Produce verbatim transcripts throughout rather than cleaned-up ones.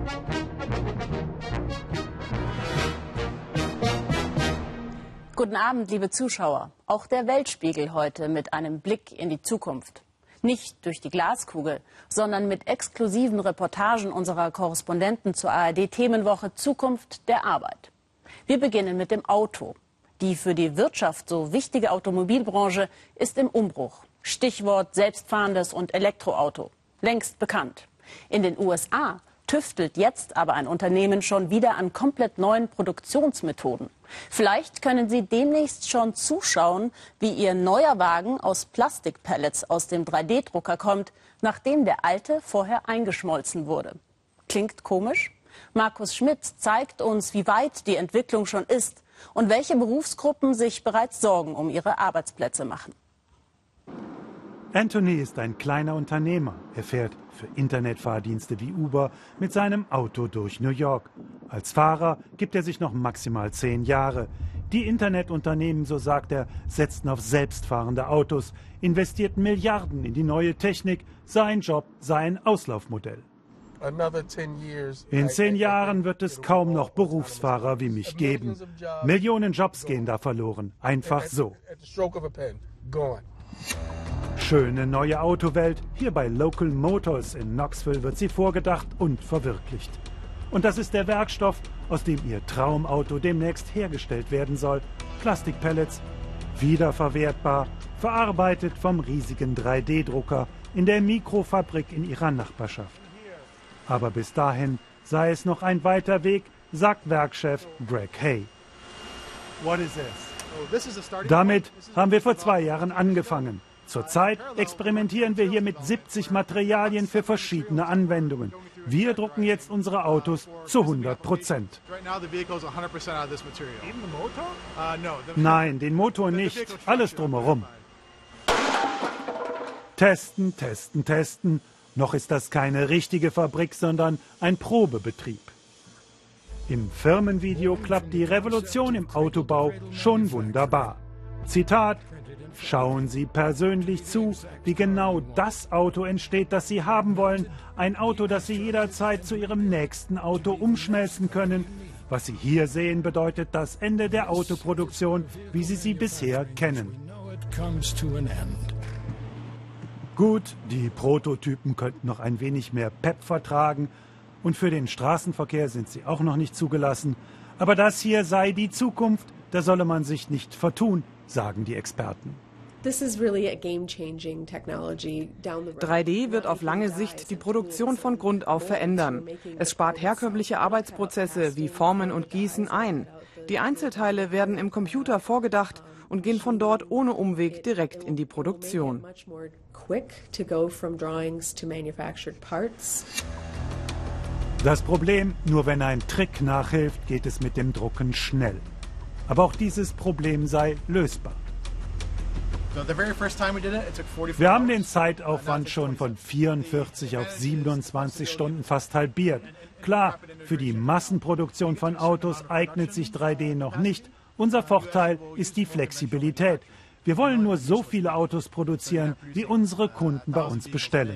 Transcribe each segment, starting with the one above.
Guten Abend, liebe Zuschauer. Auch der Weltspiegel heute mit einem Blick in die Zukunft. Nicht durch die Glaskugel, sondern mit exklusiven Reportagen unserer Korrespondenten zur A R D-Themenwoche Zukunft der Arbeit. Wir beginnen mit dem Auto. Die für die Wirtschaft so wichtige Automobilbranche ist im Umbruch. Stichwort selbstfahrendes und Elektroauto. Längst bekannt. In den U S A tüftelt jetzt aber ein Unternehmen schon wieder an komplett neuen Produktionsmethoden. Vielleicht können Sie demnächst schon zuschauen, wie Ihr neuer Wagen aus Plastikpellets aus dem drei D Drucker kommt, nachdem der alte vorher eingeschmolzen wurde. Klingt komisch? Markus Schmidt zeigt uns, wie weit die Entwicklung schon ist und welche Berufsgruppen sich bereits Sorgen um ihre Arbeitsplätze machen. Anthony ist ein kleiner Unternehmer. Er fährt für Internetfahrdienste wie Uber mit seinem Auto durch New York. Als Fahrer gibt er sich noch maximal zehn Jahre. Die Internetunternehmen, so sagt er, setzten auf selbstfahrende Autos, investierten Milliarden in die neue Technik. Sein Job sei ein Auslaufmodell. In zehn Jahren wird es kaum noch Berufsfahrer wie mich geben. Millionen Jobs gehen da verloren. Einfach so. Schöne neue Autowelt. Hier bei Local Motors in Knoxville wird sie vorgedacht und verwirklicht. Und das ist der Werkstoff, aus dem Ihr Traumauto demnächst hergestellt werden soll. Plastikpellets, wiederverwertbar, verarbeitet vom riesigen drei D Drucker in der Mikrofabrik in Ihrer Nachbarschaft. Aber bis dahin sei es noch ein weiter Weg, sagt Werkchef Greg Hay. Damit haben wir vor zwei Jahren angefangen. Zurzeit experimentieren wir hier mit siebzig Materialien für verschiedene Anwendungen. Wir drucken jetzt unsere Autos zu hundert Prozent. Nein, den Motor nicht, alles drumherum. Testen, testen, testen. Noch ist das keine richtige Fabrik, sondern ein Probebetrieb. Im Firmenvideo klappt die Revolution im Autobau schon wunderbar. Zitat: Schauen Sie persönlich zu, wie genau das Auto entsteht, das Sie haben wollen. Ein Auto, das Sie jederzeit zu Ihrem nächsten Auto umschmelzen können. Was Sie hier sehen, bedeutet das Ende der Autoproduktion, wie Sie sie bisher kennen. Gut, die Prototypen könnten noch ein wenig mehr Pep vertragen. Und für den Straßenverkehr sind sie auch noch nicht zugelassen. Aber das hier sei die Zukunft, da solle man sich nicht vertun, sagen die Experten. drei D wird auf lange Sicht die Produktion von Grund auf verändern. Es spart herkömmliche Arbeitsprozesse wie Formen und Gießen ein. Die Einzelteile werden im Computer vorgedacht und gehen von dort ohne Umweg direkt in die Produktion. Das Problem, nur wenn ein Trick nachhilft, geht es mit dem Drucken schnell. Aber auch dieses Problem sei lösbar. Wir haben den Zeitaufwand schon von vierundvierzig auf siebenundzwanzig Stunden fast halbiert. Klar, für die Massenproduktion von Autos eignet sich drei D noch nicht. Unser Vorteil ist die Flexibilität. Wir wollen nur so viele Autos produzieren, wie unsere Kunden bei uns bestellen.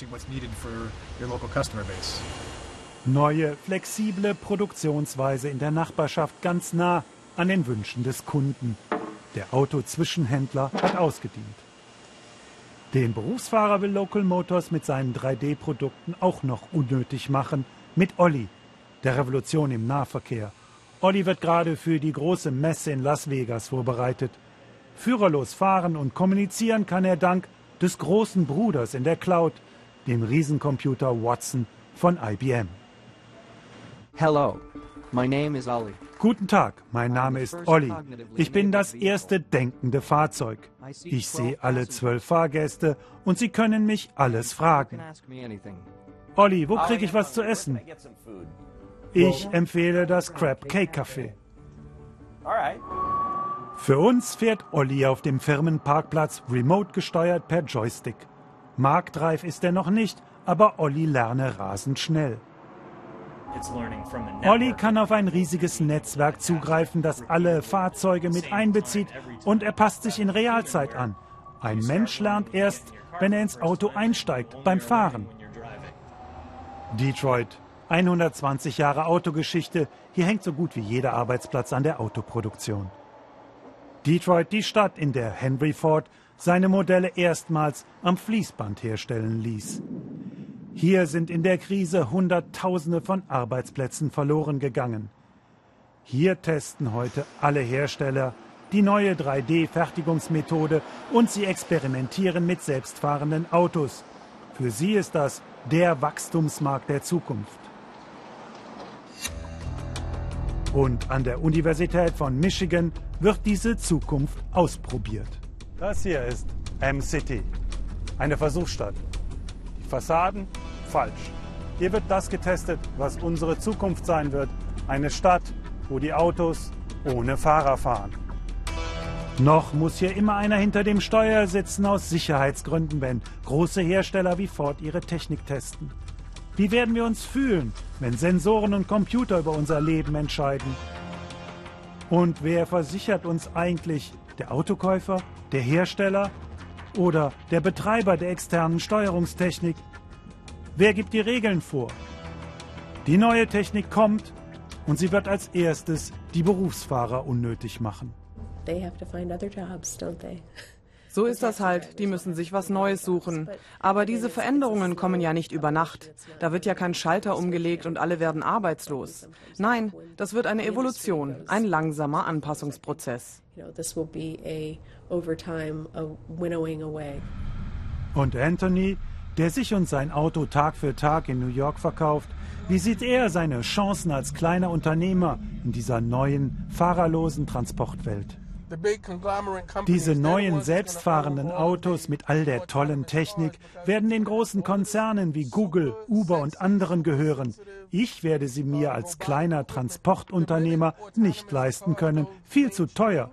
Neue, flexible Produktionsweise in der Nachbarschaft, ganz nah an den Wünschen des Kunden. Der Autozwischenhändler hat ausgedient. Den Berufsfahrer will Local Motors mit seinen drei D Produkten auch noch unnötig machen. Mit Olli, der Revolution im Nahverkehr. Olli wird gerade für die große Messe in Las Vegas vorbereitet. Führerlos fahren und kommunizieren kann er dank des großen Bruders in der Cloud, dem Riesencomputer Watson von I B M. Hello, my name is Olli. Guten Tag, mein Name ist Olli. Ich bin das erste denkende Fahrzeug. Ich sehe alle zwölf Fahrgäste und sie können mich alles fragen. Olli, wo kriege ich was zu essen? Ich empfehle das Crab Cake Café. Für uns fährt Olli auf dem Firmenparkplatz remote gesteuert per Joystick. Marktreif ist er noch nicht, aber Olli lerne rasend schnell. Olli kann auf ein riesiges Netzwerk zugreifen, das alle Fahrzeuge mit einbezieht, und er passt sich in Realzeit an. Ein Mensch lernt erst, wenn er ins Auto einsteigt, beim Fahren. Detroit, hundertzwanzig Jahre Autogeschichte, hier hängt so gut wie jeder Arbeitsplatz an der Autoproduktion. Detroit, die Stadt, in der Henry Ford seine Modelle erstmals am Fließband herstellen ließ. Hier sind in der Krise Hunderttausende von Arbeitsplätzen verloren gegangen. Hier testen heute alle Hersteller die neue drei D Fertigungsmethode und sie experimentieren mit selbstfahrenden Autos. Für sie ist das der Wachstumsmarkt der Zukunft. Und an der Universität von Michigan wird diese Zukunft ausprobiert. Das hier ist M-City, eine Versuchsstadt. Die Fassaden falsch. Hier wird das getestet, was unsere Zukunft sein wird. Eine Stadt, wo die Autos ohne Fahrer fahren. Noch muss hier immer einer hinter dem Steuer sitzen aus Sicherheitsgründen, wenn große Hersteller wie Ford ihre Technik testen. Wie werden wir uns fühlen, wenn Sensoren und Computer über unser Leben entscheiden? Und wer versichert uns eigentlich? Der Autokäufer, der Hersteller oder der Betreiber der externen Steuerungstechnik? Wer gibt die Regeln vor? Die neue Technik kommt und sie wird als erstes die Berufsfahrer unnötig machen. So ist das halt, die müssen sich was Neues suchen. Aber diese Veränderungen kommen ja nicht über Nacht. Da wird ja kein Schalter umgelegt und alle werden arbeitslos. Nein, das wird eine Evolution, ein langsamer Anpassungsprozess. Und Anthony, der sich und sein Auto Tag für Tag in New York verkauft, wie sieht er seine Chancen als kleiner Unternehmer in dieser neuen, fahrerlosen Transportwelt? Diese neuen selbstfahrenden Autos mit all der tollen Technik werden den großen Konzernen wie Google, Uber und anderen gehören. Ich werde sie mir als kleiner Transportunternehmer nicht leisten können. Viel zu teuer.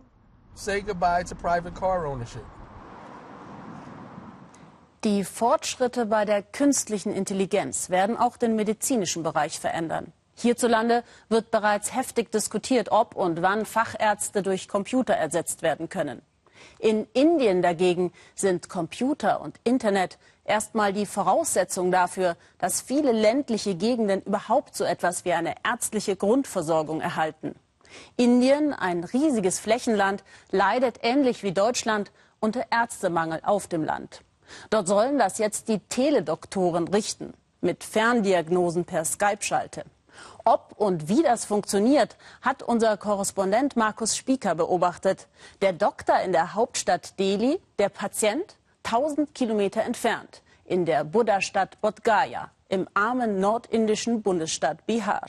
Die Fortschritte bei der künstlichen Intelligenz werden auch den medizinischen Bereich verändern. Hierzulande wird bereits heftig diskutiert, ob und wann Fachärzte durch Computer ersetzt werden können. In Indien dagegen sind Computer und Internet erstmal die Voraussetzung dafür, dass viele ländliche Gegenden überhaupt so etwas wie eine ärztliche Grundversorgung erhalten. Indien, ein riesiges Flächenland, leidet ähnlich wie Deutschland unter Ärztemangel auf dem Land. Dort sollen das jetzt die Teledoktoren richten, mit Ferndiagnosen per Skype-Schalte. Ob und wie das funktioniert, hat unser Korrespondent Markus Spieker beobachtet. Der Doktor in der Hauptstadt Delhi, der Patient tausend Kilometer entfernt, in der Buddha-Stadt Bodh Gaya, im armen nordindischen Bundesstaat Bihar.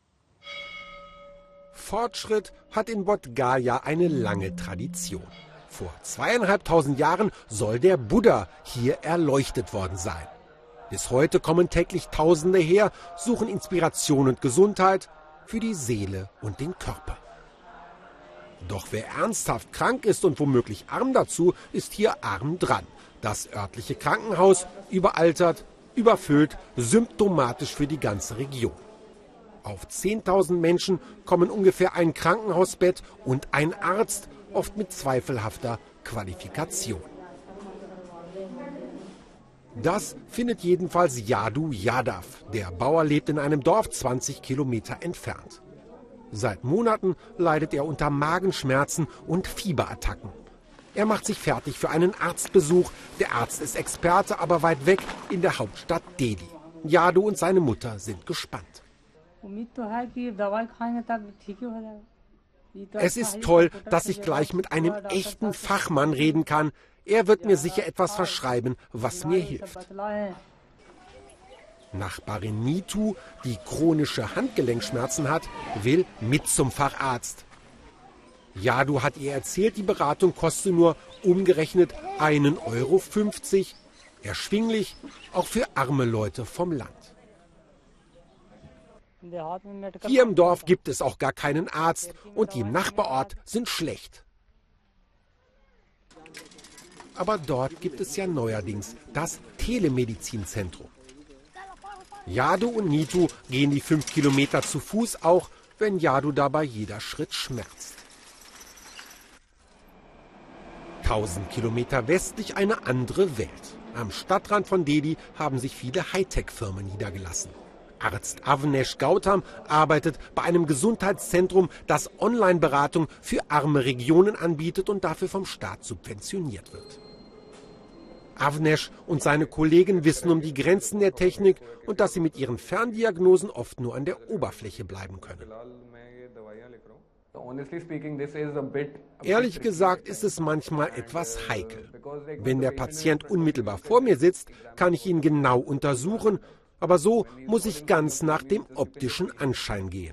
Fortschritt hat in Bodh Gaya eine lange Tradition. Vor zweieinhalbtausend Jahren soll der Buddha hier erleuchtet worden sein. Bis heute kommen täglich Tausende her, suchen Inspiration und Gesundheit für die Seele und den Körper. Doch wer ernsthaft krank ist und womöglich arm dazu, ist hier arm dran. Das örtliche Krankenhaus überaltert, überfüllt, symptomatisch für die ganze Region. Auf zehntausend Menschen kommen ungefähr ein Krankenhausbett und ein Arzt, oft mit zweifelhafter Qualifikation. Das findet jedenfalls Yadu Yadav. Der Bauer lebt in einem Dorf zwanzig Kilometer entfernt. Seit Monaten leidet er unter Magenschmerzen und Fieberattacken. Er macht sich fertig für einen Arztbesuch. Der Arzt ist Experte, aber weit weg in der Hauptstadt Delhi. Yadu und seine Mutter sind gespannt. Es ist toll, dass ich gleich mit einem echten Fachmann reden kann. Er wird mir sicher etwas verschreiben, was mir hilft. Nachbarin Nitu, die chronische Handgelenkschmerzen hat, will mit zum Facharzt. Yadu hat ihr erzählt, die Beratung koste nur umgerechnet einen Euro fünfzig. Erschwinglich, auch für arme Leute vom Land. Hier im Dorf gibt es auch gar keinen Arzt und die im Nachbarort sind schlecht. Aber dort gibt es ja neuerdings das Telemedizinzentrum. Yadu und Nitu gehen die fünf Kilometer zu Fuß, auch wenn Yadu dabei jeder Schritt schmerzt. Tausend Kilometer westlich eine andere Welt. Am Stadtrand von Delhi haben sich viele Hightech-Firmen niedergelassen. Arzt Avnesh Gautam arbeitet bei einem Gesundheitszentrum, das Online-Beratung für arme Regionen anbietet und dafür vom Staat subventioniert wird. Avnesh und seine Kollegen wissen um die Grenzen der Technik und dass sie mit ihren Ferndiagnosen oft nur an der Oberfläche bleiben können. Ehrlich gesagt ist es manchmal etwas heikel. Wenn der Patient unmittelbar vor mir sitzt, kann ich ihn genau untersuchen, aber so muss ich ganz nach dem optischen Anschein gehen.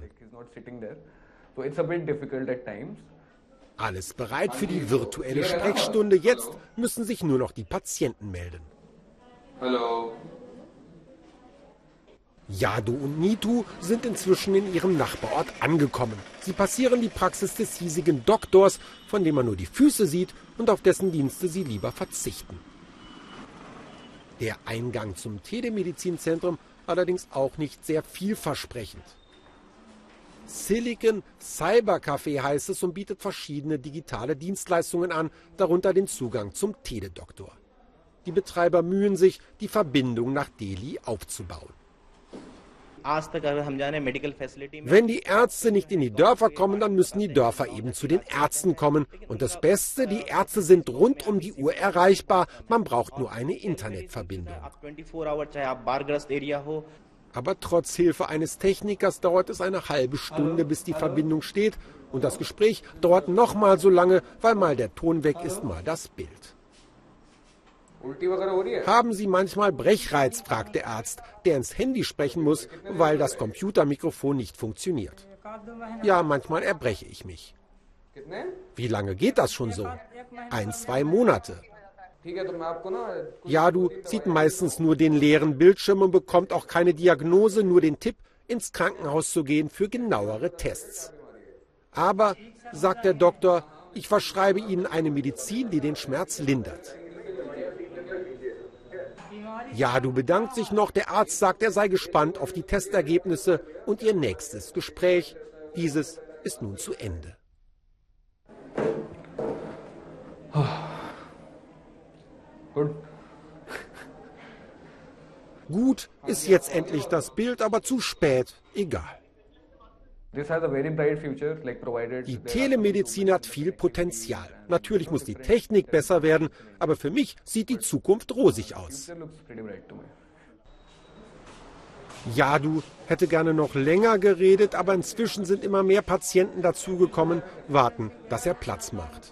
Alles bereit für die virtuelle Sprechstunde. Jetzt müssen sich nur noch die Patienten melden. Hallo. Yadu und Nitu sind inzwischen in ihrem Nachbarort angekommen. Sie passieren die Praxis des hiesigen Doktors, von dem man nur die Füße sieht und auf dessen Dienste sie lieber verzichten. Der Eingang zum Telemedizinzentrum allerdings auch nicht sehr vielversprechend. Silicon Cyber Café heißt es und bietet verschiedene digitale Dienstleistungen an, darunter den Zugang zum Teledoktor. Die Betreiber mühen sich, die Verbindung nach Delhi aufzubauen. Wenn die Ärzte nicht in die Dörfer kommen, dann müssen die Dörfer eben zu den Ärzten kommen. Und das Beste, die Ärzte sind rund um die Uhr erreichbar, man braucht nur eine Internetverbindung. Aber trotz Hilfe eines Technikers dauert es eine halbe Stunde, bis die Verbindung steht. Und das Gespräch dauert nochmal so lange, weil mal der Ton weg ist, mal das Bild. Haben Sie manchmal Brechreiz, fragt der Arzt, der ins Handy sprechen muss, weil das Computermikrofon nicht funktioniert. Ja, manchmal erbreche ich mich. Wie lange geht das schon so? Ein, zwei Monate. Yadu sieht meistens nur den leeren Bildschirm und bekommt auch keine Diagnose, nur den Tipp, ins Krankenhaus zu gehen für genauere Tests. Aber, sagt der Doktor, ich verschreibe Ihnen eine Medizin, die den Schmerz lindert. Yadu bedankt sich noch, der Arzt sagt, er sei gespannt auf die Testergebnisse und ihr nächstes Gespräch. Dieses ist nun zu Ende. Gut ist jetzt endlich das Bild, aber zu spät. Egal. Die Telemedizin hat viel Potenzial. Natürlich muss die Technik besser werden, aber für mich sieht die Zukunft rosig aus. Yadu hätte gerne noch länger geredet, aber inzwischen sind immer mehr Patienten dazugekommen, warten, dass er Platz macht.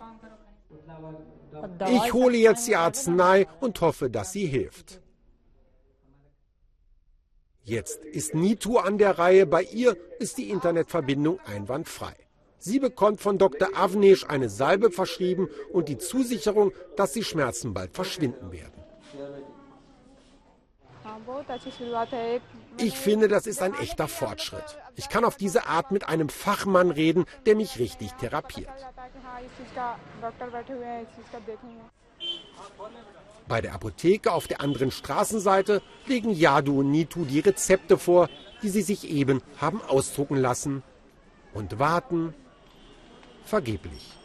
Ich hole jetzt die Arznei und hoffe, dass sie hilft. Jetzt ist Nitu an der Reihe. Bei ihr ist die Internetverbindung einwandfrei. Sie bekommt von Doktor Avnesh eine Salbe verschrieben und die Zusicherung, dass die Schmerzen bald verschwinden werden. Ich finde, das ist ein echter Fortschritt. Ich kann auf diese Art mit einem Fachmann reden, der mich richtig therapiert. Bei der Apotheke auf der anderen Straßenseite legen Yadu und Nitu die Rezepte vor, die sie sich eben haben ausdrucken lassen, und warten vergeblich.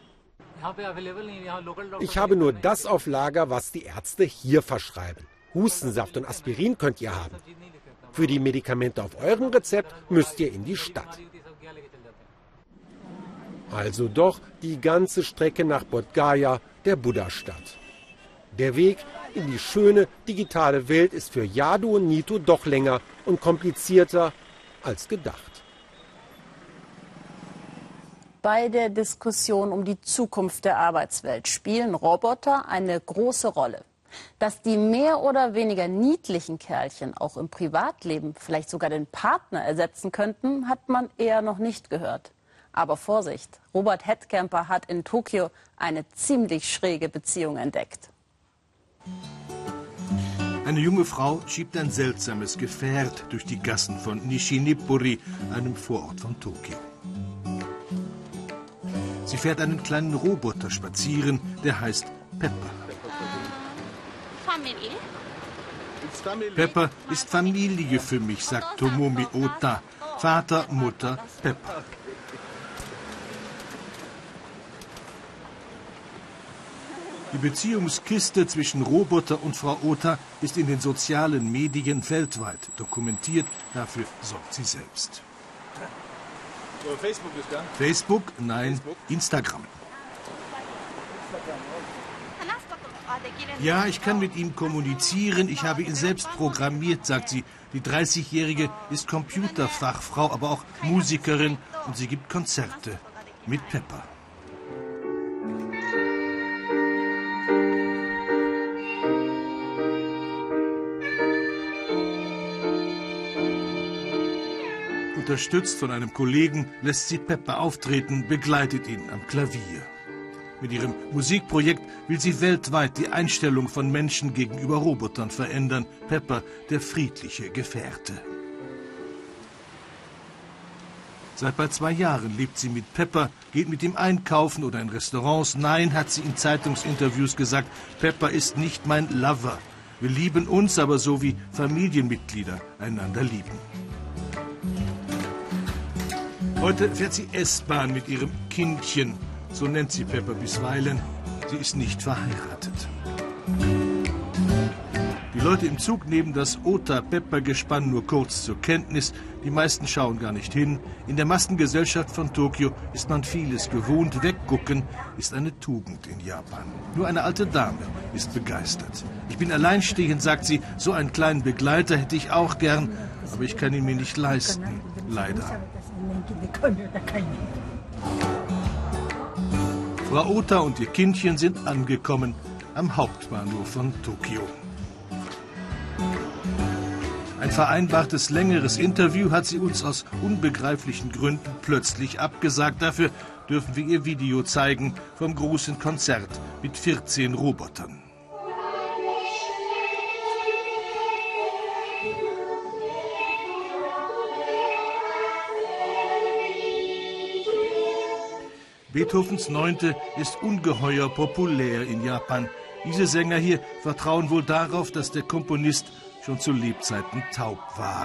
Ich habe nur das auf Lager, was die Ärzte hier verschreiben. Hustensaft und Aspirin könnt ihr haben. Für die Medikamente auf eurem Rezept müsst ihr in die Stadt. Also doch die ganze Strecke nach Bodh Gaya, der Buddha-Stadt. Der Weg in die schöne digitale Welt ist für Yadu und Nitu doch länger und komplizierter als gedacht. Bei der Diskussion um die Zukunft der Arbeitswelt spielen Roboter eine große Rolle. Dass die mehr oder weniger niedlichen Kerlchen auch im Privatleben vielleicht sogar den Partner ersetzen könnten, hat man eher noch nicht gehört. Aber Vorsicht, Robert Hettkamper hat in Tokio eine ziemlich schräge Beziehung entdeckt. Eine junge Frau schiebt ein seltsames Gefährt durch die Gassen von Nishinipuri, einem Vorort von Tokio. Sie fährt einen kleinen Roboter spazieren, der heißt Pepper. Pepper ist Familie für mich, sagt Tomomi Ota, Vater, Mutter, Pepper. Die Beziehungskiste zwischen Roboter und Frau Ota ist in den sozialen Medien weltweit dokumentiert. Dafür sorgt sie selbst. Facebook ist da? Facebook? Nein, Facebook? Instagram. Ja, ich kann mit ihm kommunizieren. Ich habe ihn selbst programmiert, sagt sie. Die dreißigjährige ist Computerfachfrau, aber auch Musikerin. Und sie gibt Konzerte mit Pepper. Unterstützt von einem Kollegen lässt sie Pepper auftreten, begleitet ihn am Klavier. Mit ihrem Musikprojekt will sie weltweit die Einstellung von Menschen gegenüber Robotern verändern. Pepper, der friedliche Gefährte. Seit bald zwei Jahren lebt sie mit Pepper, geht mit ihm einkaufen oder in Restaurants. Nein, hat sie in Zeitungsinterviews gesagt, Pepper ist nicht mein Lover. Wir lieben uns aber so, wie Familienmitglieder einander lieben. Heute fährt sie S-Bahn mit ihrem Kindchen. So nennt sie Pepper bisweilen. Sie ist nicht verheiratet. Die Leute im Zug nehmen das Ota-Pepper-Gespann nur kurz zur Kenntnis. Die meisten schauen gar nicht hin. In der Massengesellschaft von Tokio ist man vieles gewohnt. Weggucken ist eine Tugend in Japan. Nur eine alte Dame ist begeistert. Ich bin alleinstehend, sagt sie. So einen kleinen Begleiter hätte ich auch gern. Aber ich kann ihn mir nicht leisten. Leider. Frau Ota und ihr Kindchen sind angekommen am Hauptbahnhof von Tokio. Ein vereinbartes längeres Interview hat sie uns aus unbegreiflichen Gründen plötzlich abgesagt. Dafür dürfen wir ihr Video zeigen vom großen Konzert mit vierzehn Robotern. Beethovens Neunte ist ungeheuer populär in Japan. Diese Sänger hier vertrauen wohl darauf, dass der Komponist schon zu Lebzeiten taub war.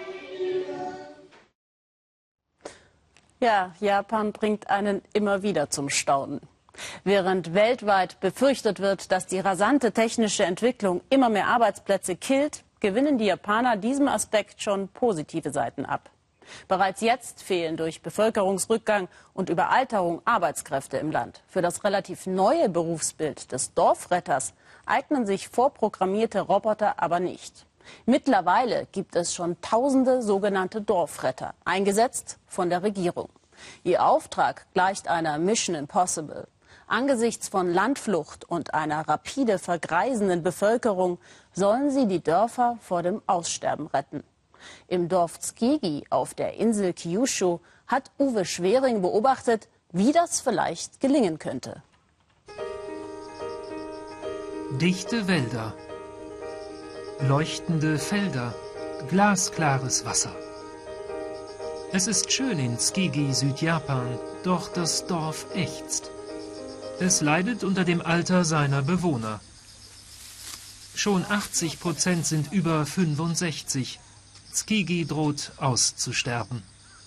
Ja, Japan bringt einen immer wieder zum Staunen. Während weltweit befürchtet wird, dass die rasante technische Entwicklung immer mehr Arbeitsplätze killt, gewinnen die Japaner diesem Aspekt schon positive Seiten ab. Bereits jetzt fehlen durch Bevölkerungsrückgang und Überalterung Arbeitskräfte im Land. Für das relativ neue Berufsbild des Dorfretters eignen sich vorprogrammierte Roboter aber nicht. Mittlerweile gibt es schon tausende sogenannte Dorfretter, eingesetzt von der Regierung. Ihr Auftrag gleicht einer Mission Impossible. Angesichts von Landflucht und einer rapide vergreisenden Bevölkerung sollen sie die Dörfer vor dem Aussterben retten. Im Dorf Tsukiji auf der Insel Kyushu hat Uwe Schwering beobachtet, wie das vielleicht gelingen könnte. Dichte Wälder, leuchtende Felder, glasklares Wasser. Es ist schön in Tsukiji, Südjapan, doch das Dorf ächzt. Es leidet unter dem Alter seiner Bewohner. Schon achtzig Prozent sind über fünfundsechzig. Tsukiji droht auszusterben.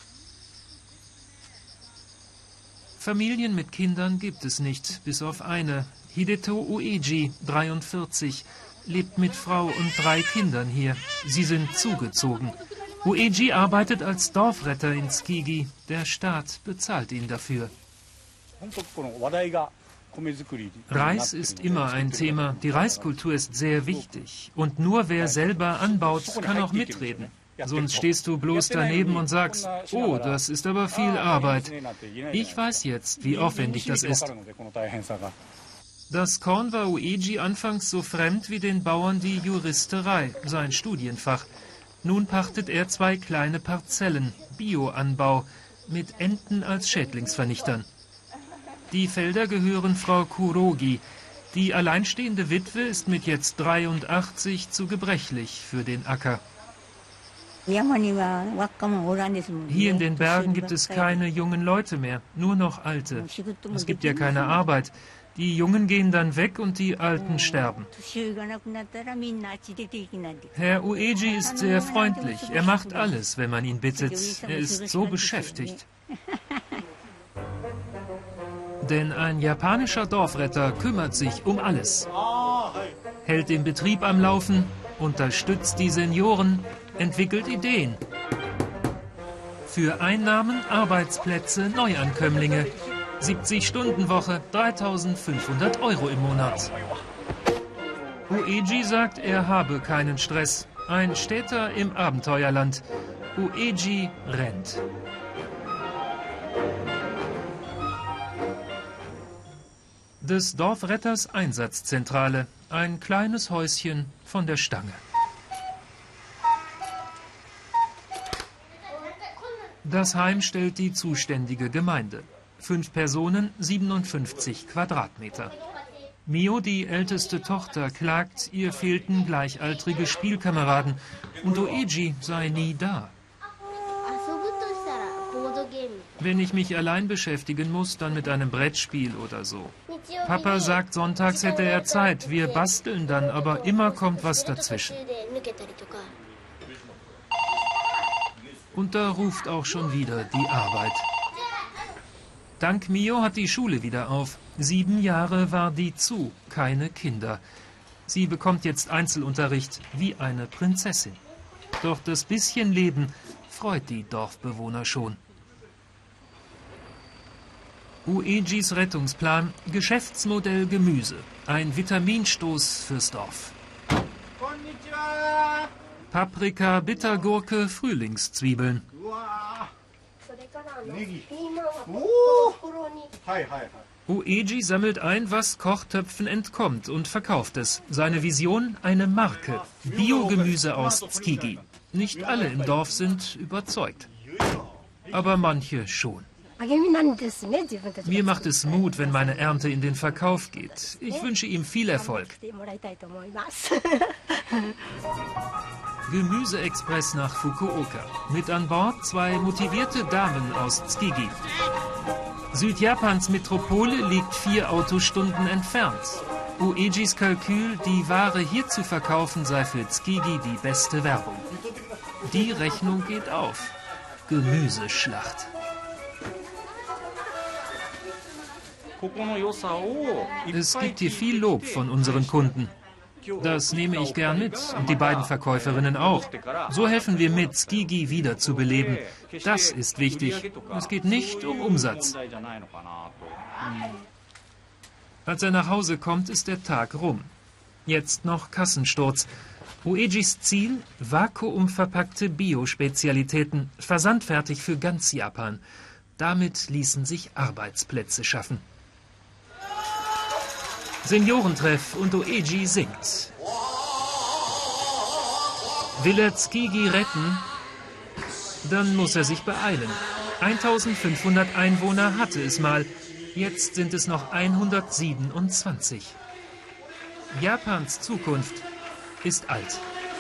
Familien mit Kindern gibt es nicht, bis auf eine. Hideto Ueji, dreiundvierzig, lebt mit Frau und drei Kindern hier. Sie sind zugezogen. Ueji arbeitet als Dorfretter in Tsukiji. Der Staat bezahlt ihn dafür. Reis ist immer ein Thema. Die Reiskultur ist sehr wichtig. Und nur wer selber anbaut, kann auch mitreden. Sonst stehst du bloß daneben und sagst, oh, das ist aber viel Arbeit. Ich weiß jetzt, wie aufwendig das ist. Das Korn war Ueji anfangs so fremd wie den Bauern die Juristerei, sein Studienfach. Nun pachtet er zwei kleine Parzellen, Bioanbau, mit Enten als Schädlingsvernichtern. Die Felder gehören Frau Kurogi. Die alleinstehende Witwe ist mit jetzt dreiundachtzig zu gebrechlich für den Acker. Hier in den Bergen gibt es keine jungen Leute mehr, nur noch Alte. Es gibt ja keine Arbeit. Die Jungen gehen dann weg und die Alten sterben. Herr Ueji ist sehr freundlich. Er macht alles, wenn man ihn bittet. Er ist so beschäftigt. Denn ein japanischer Dorfretter kümmert sich um alles. Hält den Betrieb am Laufen, unterstützt die Senioren, entwickelt Ideen. Für Einnahmen, Arbeitsplätze, Neuankömmlinge. siebzig Stunden Woche, dreitausendfünfhundert Euro im Monat. Ueji sagt, er habe keinen Stress. Ein Städter im Abenteuerland. Ueji rennt. Des Dorfretters Einsatzzentrale. Ein kleines Häuschen von der Stange. Das Heim stellt die zuständige Gemeinde. Fünf Personen, siebenundfünfzig Quadratmeter. Mio, die älteste Tochter, klagt, ihr fehlten gleichaltrige Spielkameraden und Ueji sei nie da. Wenn ich mich allein beschäftigen muss, dann mit einem Brettspiel oder so. Papa sagt, sonntags hätte er Zeit. Wir basteln dann, aber immer kommt was dazwischen. Und da ruft auch schon wieder die Arbeit. Dank Mio hat die Schule wieder auf. Sieben Jahre war die zu, keine Kinder. Sie bekommt jetzt Einzelunterricht wie eine Prinzessin. Doch das bisschen Leben freut die Dorfbewohner schon. Uejis Rettungsplan, Geschäftsmodell Gemüse. Ein Vitaminstoß fürs Dorf. Paprika, Bittergurke, Frühlingszwiebeln. Ueji sammelt ein, was Kochtöpfen entkommt und verkauft es. Seine Vision, eine Marke. Biogemüse aus Tsukiji. Nicht alle im Dorf sind überzeugt. Aber manche schon. Mir macht es Mut, wenn meine Ernte in den Verkauf geht. Ich wünsche ihm viel Erfolg. Gemüseexpress nach Fukuoka. Mit an Bord zwei motivierte Damen aus Tsukiji. Südjapans Metropole liegt vier Autostunden entfernt. Uejis Kalkül, die Ware hier zu verkaufen, sei für Tsukiji die beste Werbung. Die Rechnung geht auf. Gemüseschlacht. Es gibt hier viel Lob von unseren Kunden. Das nehme ich gern mit und die beiden Verkäuferinnen auch. So helfen wir mit, Tsukiji wiederzubeleben. Das ist wichtig. Es geht nicht um Umsatz. Als er nach Hause kommt, ist der Tag rum. Jetzt noch Kassensturz. Uejis Ziel? Vakuumverpackte Bio-Spezialitäten, versandfertig für ganz Japan. Damit ließen sich Arbeitsplätze schaffen. Seniorentreff und Ueji singt. Will er Tsukiji retten? Dann muss er sich beeilen. eintausendfünfhundert Einwohner hatte es mal. Jetzt sind es noch hundertsiebenundzwanzig. Japans Zukunft ist alt.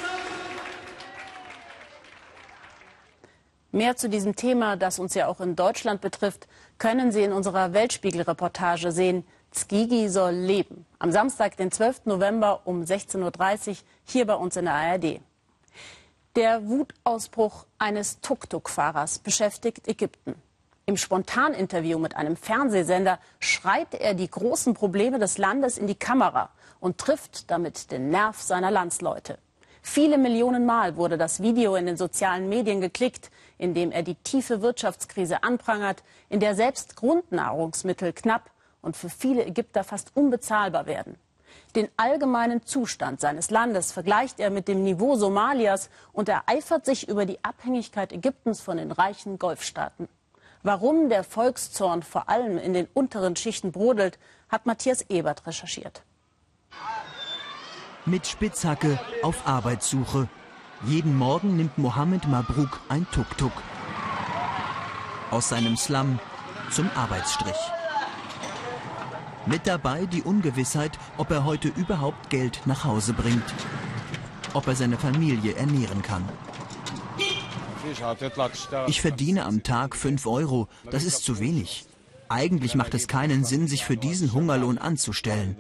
Mehr zu diesem Thema, das uns ja auch in Deutschland betrifft, können Sie in unserer Weltspiegel-Reportage sehen. Tsukiji soll leben. Am Samstag, den zwölften November um sechzehn Uhr dreißig, hier bei uns in der A R D. Der Wutausbruch eines Tuk-Tuk-Fahrers beschäftigt Ägypten. Im Spontaninterview mit einem Fernsehsender schreit er die großen Probleme des Landes in die Kamera und trifft damit den Nerv seiner Landsleute. Viele Millionen Mal wurde das Video in den sozialen Medien geklickt, in dem er die tiefe Wirtschaftskrise anprangert, in der selbst Grundnahrungsmittel knapp und für viele Ägypter fast unbezahlbar werden. Den allgemeinen Zustand seines Landes vergleicht er mit dem Niveau Somalias und ereifert sich über die Abhängigkeit Ägyptens von den reichen Golfstaaten. Warum der Volkszorn vor allem in den unteren Schichten brodelt, hat Matthias Ebert recherchiert. Mit Spitzhacke auf Arbeitssuche. Jeden Morgen nimmt Mohammed Mabruk ein Tuk-Tuk. Aus seinem Slum zum Arbeitsstrich. Mit dabei die Ungewissheit, ob er heute überhaupt Geld nach Hause bringt. Ob er seine Familie ernähren kann. Ich verdiene am Tag fünf Euro. Das ist zu wenig. Eigentlich macht es keinen Sinn, sich für diesen Hungerlohn anzustellen.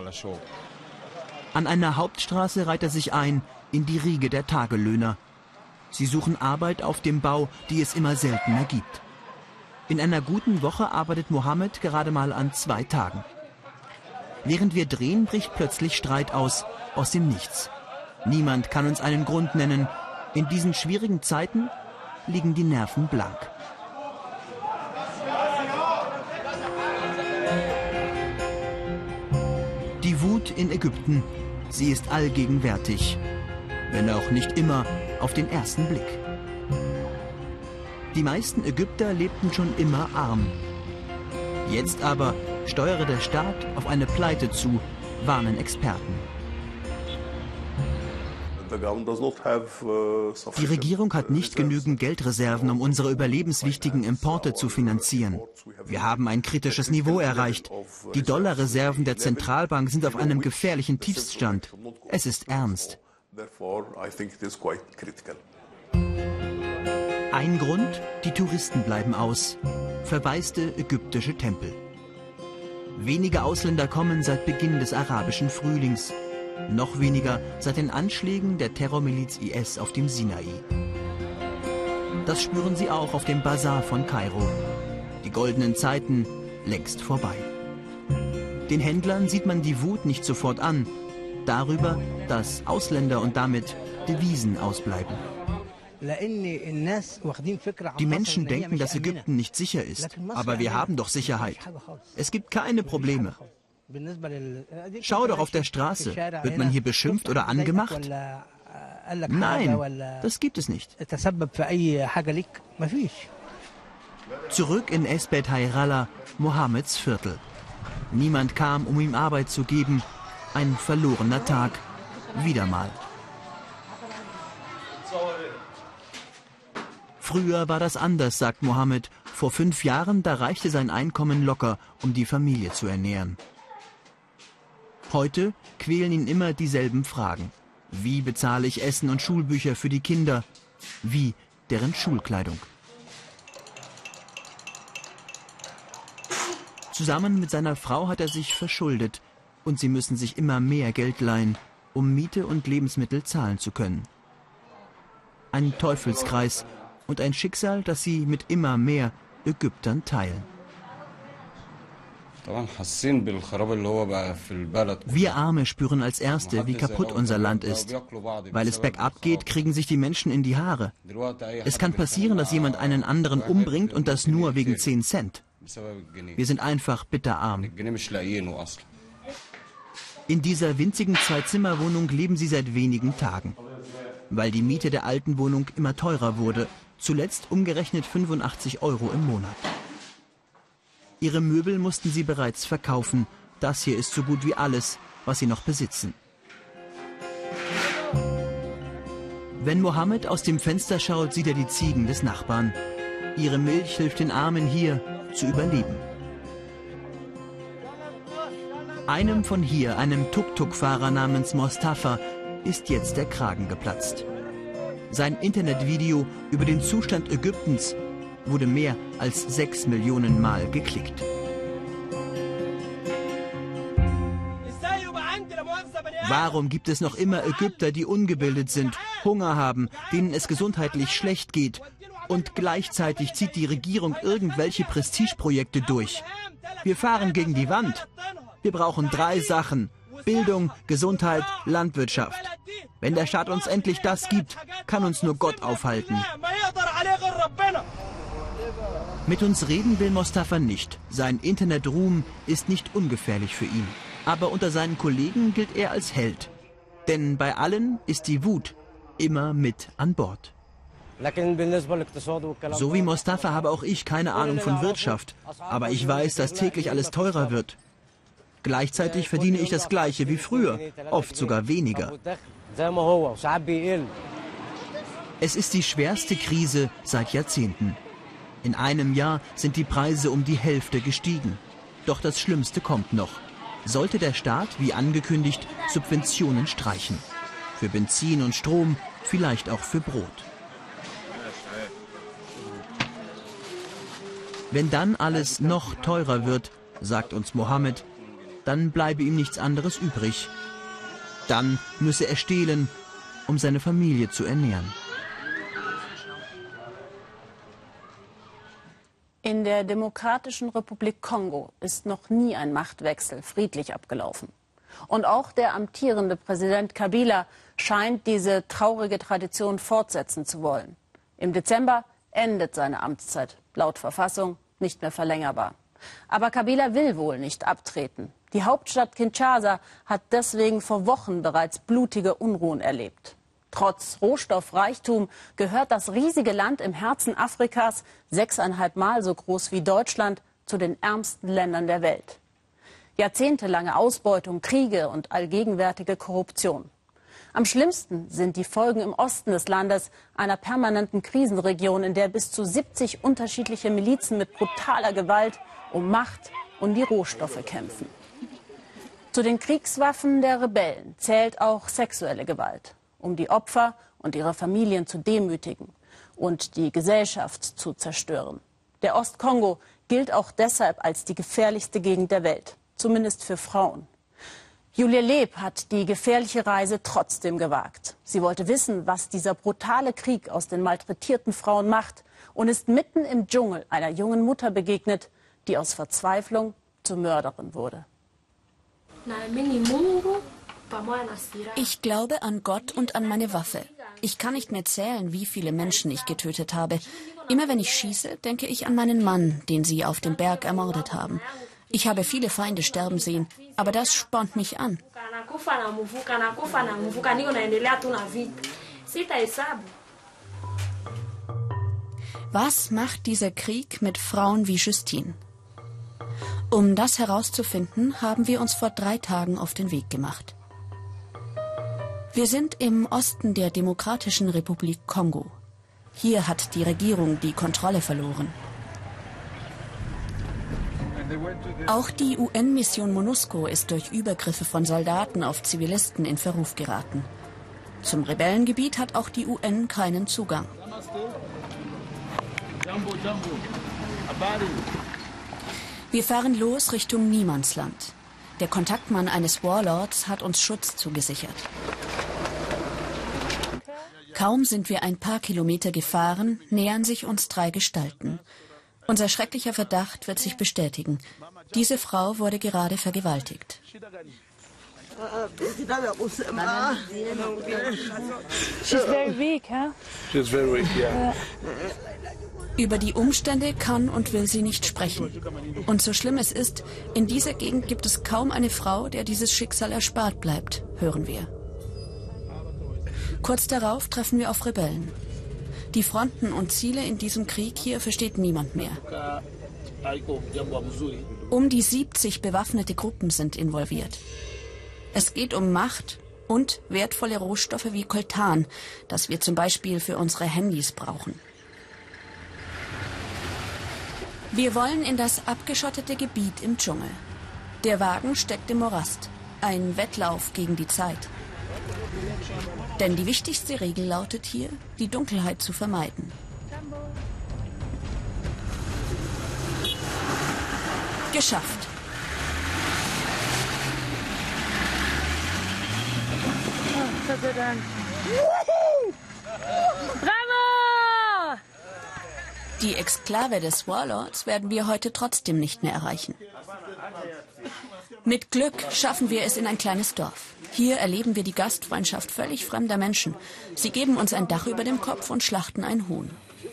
An einer Hauptstraße reiht er sich ein in die Riege der Tagelöhner. Sie suchen Arbeit auf dem Bau, die es immer seltener gibt. In einer guten Woche arbeitet Mohammed gerade mal an zwei Tagen. Während wir drehen, bricht plötzlich Streit aus, aus dem Nichts. Niemand kann uns einen Grund nennen. In diesen schwierigen Zeiten liegen die Nerven blank. Die Wut in Ägypten, sie ist allgegenwärtig. Wenn auch nicht immer auf den ersten Blick. Die meisten Ägypter lebten schon immer arm. Jetzt aber steuere der Staat auf eine Pleite zu, warnen Experten. Die Regierung hat nicht genügend Geldreserven, um unsere überlebenswichtigen Importe zu finanzieren. Wir haben ein kritisches Niveau erreicht. Die Dollarreserven der Zentralbank sind auf einem gefährlichen Tiefststand. Es ist ernst. Ein Grund, die Touristen bleiben aus. Verwaiste ägyptische Tempel. Wenige Ausländer kommen seit Beginn des arabischen Frühlings. Noch weniger seit den Anschlägen der Terrormiliz I S auf dem Sinai. Das spüren sie auch auf dem Bazar von Kairo. Die goldenen Zeiten längst vorbei. Den Händlern sieht man die Wut nicht sofort an. Darüber, dass Ausländer und damit Devisen ausbleiben. Die Menschen denken, dass Ägypten nicht sicher ist. Aber wir haben doch Sicherheit. Es gibt keine Probleme. Schau doch auf der Straße. Wird man hier beschimpft oder angemacht? Nein, das gibt es nicht. Zurück in Esbet Hayrallah, Mohammeds Viertel. Niemand kam, um ihm Arbeit zu geben. Ein verlorener Tag. Wieder mal. Früher war das anders, sagt Mohammed. Vor fünf Jahren, da reichte sein Einkommen locker, um die Familie zu ernähren. Heute quälen ihn immer dieselben Fragen. Wie bezahle ich Essen und Schulbücher für die Kinder? Wie deren Schulkleidung? Zusammen mit seiner Frau hat er sich verschuldet. Und sie müssen sich immer mehr Geld leihen, um Miete und Lebensmittel zahlen zu können. Ein Teufelskreis und ein Schicksal, das sie mit immer mehr Ägyptern teilen. Wir Arme spüren als Erste, wie kaputt unser Land ist. Weil es bergab geht, kriegen sich die Menschen in die Haare. Es kann passieren, dass jemand einen anderen umbringt und das nur wegen zehn Cent. Wir sind einfach bitterarm. In dieser winzigen Zwei-Zimmer-Wohnung leben sie seit wenigen Tagen. Weil die Miete der alten Wohnung immer teurer wurde. Zuletzt umgerechnet fünfundachtzig Euro im Monat. Ihre Möbel mussten sie bereits verkaufen. Das hier ist so gut wie alles, was sie noch besitzen. Wenn Mohammed aus dem Fenster schaut, sieht er die Ziegen des Nachbarn. Ihre Milch hilft den Armen hier zu überleben. Einem von hier, einem Tuk-Tuk-Fahrer namens Mostafa, ist jetzt der Kragen geplatzt. Sein Internetvideo über den Zustand Ägyptens wurde mehr als sechs Millionen Mal geklickt. Warum gibt es noch immer Ägypter, die ungebildet sind, Hunger haben, denen es gesundheitlich schlecht geht? Und gleichzeitig zieht die Regierung irgendwelche Prestigeprojekte durch. Wir fahren gegen die Wand. Wir brauchen drei Sachen: Bildung, Gesundheit, Landwirtschaft. Wenn der Staat uns endlich das gibt, kann uns nur Gott aufhalten. Mit uns reden will Mostafa nicht. Sein Internetruhm ist nicht ungefährlich für ihn. Aber unter seinen Kollegen gilt er als Held. Denn bei allen ist die Wut immer mit an Bord. So wie Mostafa habe auch ich keine Ahnung von Wirtschaft. Aber ich weiß, dass täglich alles teurer wird. Gleichzeitig verdiene ich das Gleiche wie früher, oft sogar weniger. Es ist die schwerste Krise seit Jahrzehnten. In einem Jahr sind die Preise um die Hälfte gestiegen. Doch das Schlimmste kommt noch. Sollte der Staat, wie angekündigt, Subventionen streichen. Für Benzin und Strom, vielleicht auch für Brot. Wenn dann alles noch teurer wird, sagt uns Mohammed, dann bleibe ihm nichts anderes übrig. Dann müsse er stehlen, um seine Familie zu ernähren. In der Demokratischen Republik Kongo ist noch nie ein Machtwechsel friedlich abgelaufen. Und auch der amtierende Präsident Kabila scheint diese traurige Tradition fortsetzen zu wollen. Im Dezember endet seine Amtszeit, laut Verfassung nicht mehr verlängerbar. Aber Kabila will wohl nicht abtreten. Die Hauptstadt Kinshasa hat deswegen vor Wochen bereits blutige Unruhen erlebt. Trotz Rohstoffreichtum gehört das riesige Land im Herzen Afrikas, sechseinhalb Mal so groß wie Deutschland, zu den ärmsten Ländern der Welt. Jahrzehntelange Ausbeutung, Kriege und allgegenwärtige Korruption. Am schlimmsten sind die Folgen im Osten des Landes, einer permanenten Krisenregion, in der bis zu siebzig unterschiedliche Milizen mit brutaler Gewalt um Macht und die Rohstoffe kämpfen. Zu den Kriegswaffen der Rebellen zählt auch sexuelle Gewalt, um die Opfer und ihre Familien zu demütigen und die Gesellschaft zu zerstören. Der Ostkongo gilt auch deshalb als die gefährlichste Gegend der Welt, zumindest für Frauen. Julia Leeb hat die gefährliche Reise trotzdem gewagt. Sie wollte wissen, was dieser brutale Krieg aus den malträtierten Frauen macht, und ist mitten im Dschungel einer jungen Mutter begegnet, die aus Verzweiflung zur Mörderin wurde. Ich glaube an Gott und an meine Waffe. Ich kann nicht mehr zählen, wie viele Menschen ich getötet habe. Immer wenn ich schieße, denke ich an meinen Mann, den sie auf dem Berg ermordet haben. Ich habe viele Feinde sterben sehen, aber das spornt mich an. Was macht dieser Krieg mit Frauen wie Justine? Um das herauszufinden, haben wir uns vor drei Tagen auf den Weg gemacht. Wir sind im Osten der Demokratischen Republik Kongo. Hier hat die Regierung die Kontrolle verloren. Auch die U N-Mission MONUSCO ist durch Übergriffe von Soldaten auf Zivilisten in Verruf geraten. Zum Rebellengebiet hat auch die U N keinen Zugang. Wir fahren los Richtung Niemandsland. Der Kontaktmann eines Warlords hat uns Schutz zugesichert. Kaum sind wir ein paar Kilometer gefahren, nähern sich uns drei Gestalten. Unser schrecklicher Verdacht wird sich bestätigen. Diese Frau wurde gerade vergewaltigt. She's very weak, huh? She's very weak, yeah. Über die Umstände kann und will sie nicht sprechen. Und so schlimm es ist, in dieser Gegend gibt es kaum eine Frau, der dieses Schicksal erspart bleibt, hören wir. Kurz darauf treffen wir auf Rebellen. Die Fronten und Ziele in diesem Krieg hier versteht niemand mehr. Um die siebzig bewaffnete Gruppen sind involviert. Es geht um Macht und wertvolle Rohstoffe wie Coltan, das wir zum Beispiel für unsere Handys brauchen. Wir wollen in das abgeschottete Gebiet im Dschungel. Der Wagen steckt im Morast. Ein Wettlauf gegen die Zeit. Denn die wichtigste Regel lautet hier, die Dunkelheit zu vermeiden. Geschafft. Oh, Gott sei Dank. Bravo! Die Exklave des Warlords werden wir heute trotzdem nicht mehr erreichen. Mit Glück schaffen wir es in ein kleines Dorf. Hier erleben wir die Gastfreundschaft völlig fremder Menschen. Sie geben uns ein Dach über dem Kopf und schlachten ein Huhn.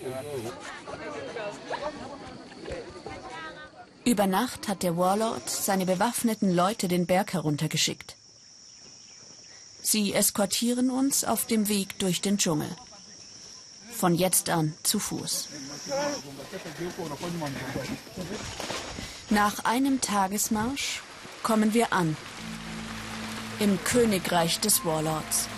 Über Nacht hat der Warlord seine bewaffneten Leute den Berg heruntergeschickt. Sie eskortieren uns auf dem Weg durch den Dschungel. Von jetzt an zu Fuß. Nach einem Tagesmarsch kommen wir an. Im Königreich des Warlords.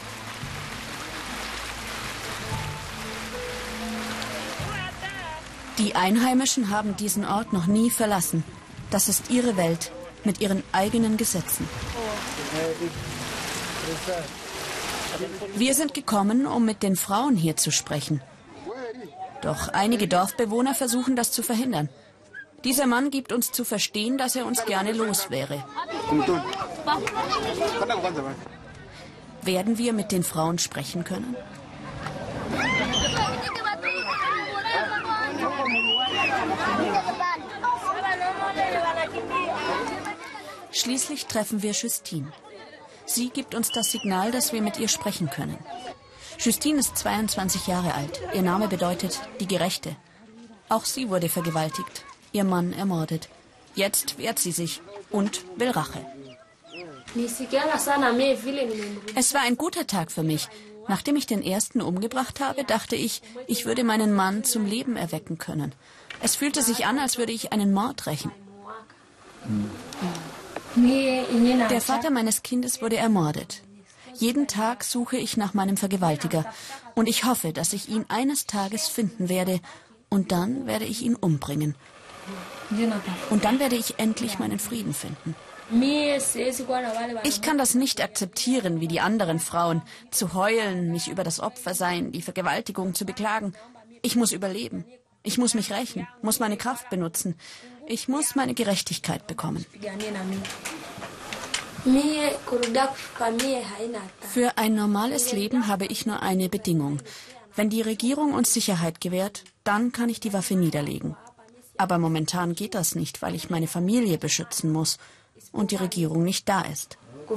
Die Einheimischen haben diesen Ort noch nie verlassen. Das ist ihre Welt mit ihren eigenen Gesetzen. Wir sind gekommen, um mit den Frauen hier zu sprechen. Doch einige Dorfbewohner versuchen, das zu verhindern. Dieser Mann gibt uns zu verstehen, dass er uns gerne los wäre. Werden wir mit den Frauen sprechen können? Schließlich treffen wir Justine. Sie gibt uns das Signal, dass wir mit ihr sprechen können. Justine ist zweiundzwanzig Jahre alt. Ihr Name bedeutet die Gerechte. Auch sie wurde vergewaltigt, ihr Mann ermordet. Jetzt wehrt sie sich und will Rache. Es war ein guter Tag für mich. Nachdem ich den ersten umgebracht habe, dachte ich, ich würde meinen Mann zum Leben erwecken können. Es fühlte sich an, als würde ich einen Mord rächen. Der Vater meines Kindes wurde ermordet. Jeden Tag suche ich nach meinem Vergewaltiger und ich hoffe, dass ich ihn eines Tages finden werde und dann werde ich ihn umbringen. Und dann werde ich endlich meinen Frieden finden. Ich kann das nicht akzeptieren, wie die anderen Frauen, zu heulen, mich über das Opfersein, die Vergewaltigung zu beklagen. Ich muss überleben. Ich muss mich rächen, muss meine Kraft benutzen. Ich muss meine Gerechtigkeit bekommen. Für ein normales Leben habe ich nur eine Bedingung. Wenn die Regierung uns Sicherheit gewährt, dann kann ich die Waffe niederlegen. Aber momentan geht das nicht, weil ich meine Familie beschützen muss und die Regierung nicht da ist.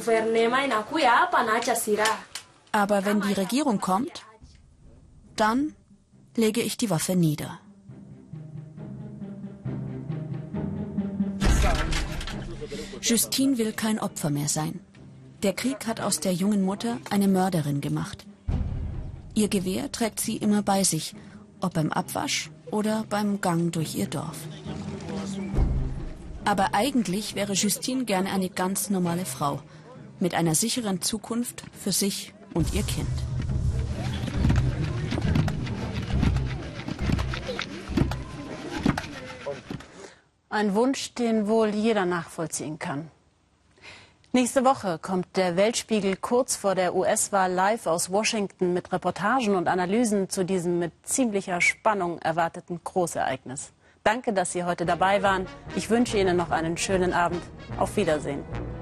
Aber wenn die Regierung kommt, dann lege ich die Waffe nieder. Justine will kein Opfer mehr sein. Der Krieg hat aus der jungen Mutter eine Mörderin gemacht. Ihr Gewehr trägt sie immer bei sich, ob beim Abwasch oder beim Gang durch ihr Dorf. Aber eigentlich wäre Justine gerne eine ganz normale Frau, mit einer sicheren Zukunft für sich und ihr Kind. Ein Wunsch, den wohl jeder nachvollziehen kann. Nächste Woche kommt der Weltspiegel kurz vor der U S-Wahl live aus Washington mit Reportagen und Analysen zu diesem mit ziemlicher Spannung erwarteten Großereignis. Danke, dass Sie heute dabei waren. Ich wünsche Ihnen noch einen schönen Abend. Auf Wiedersehen.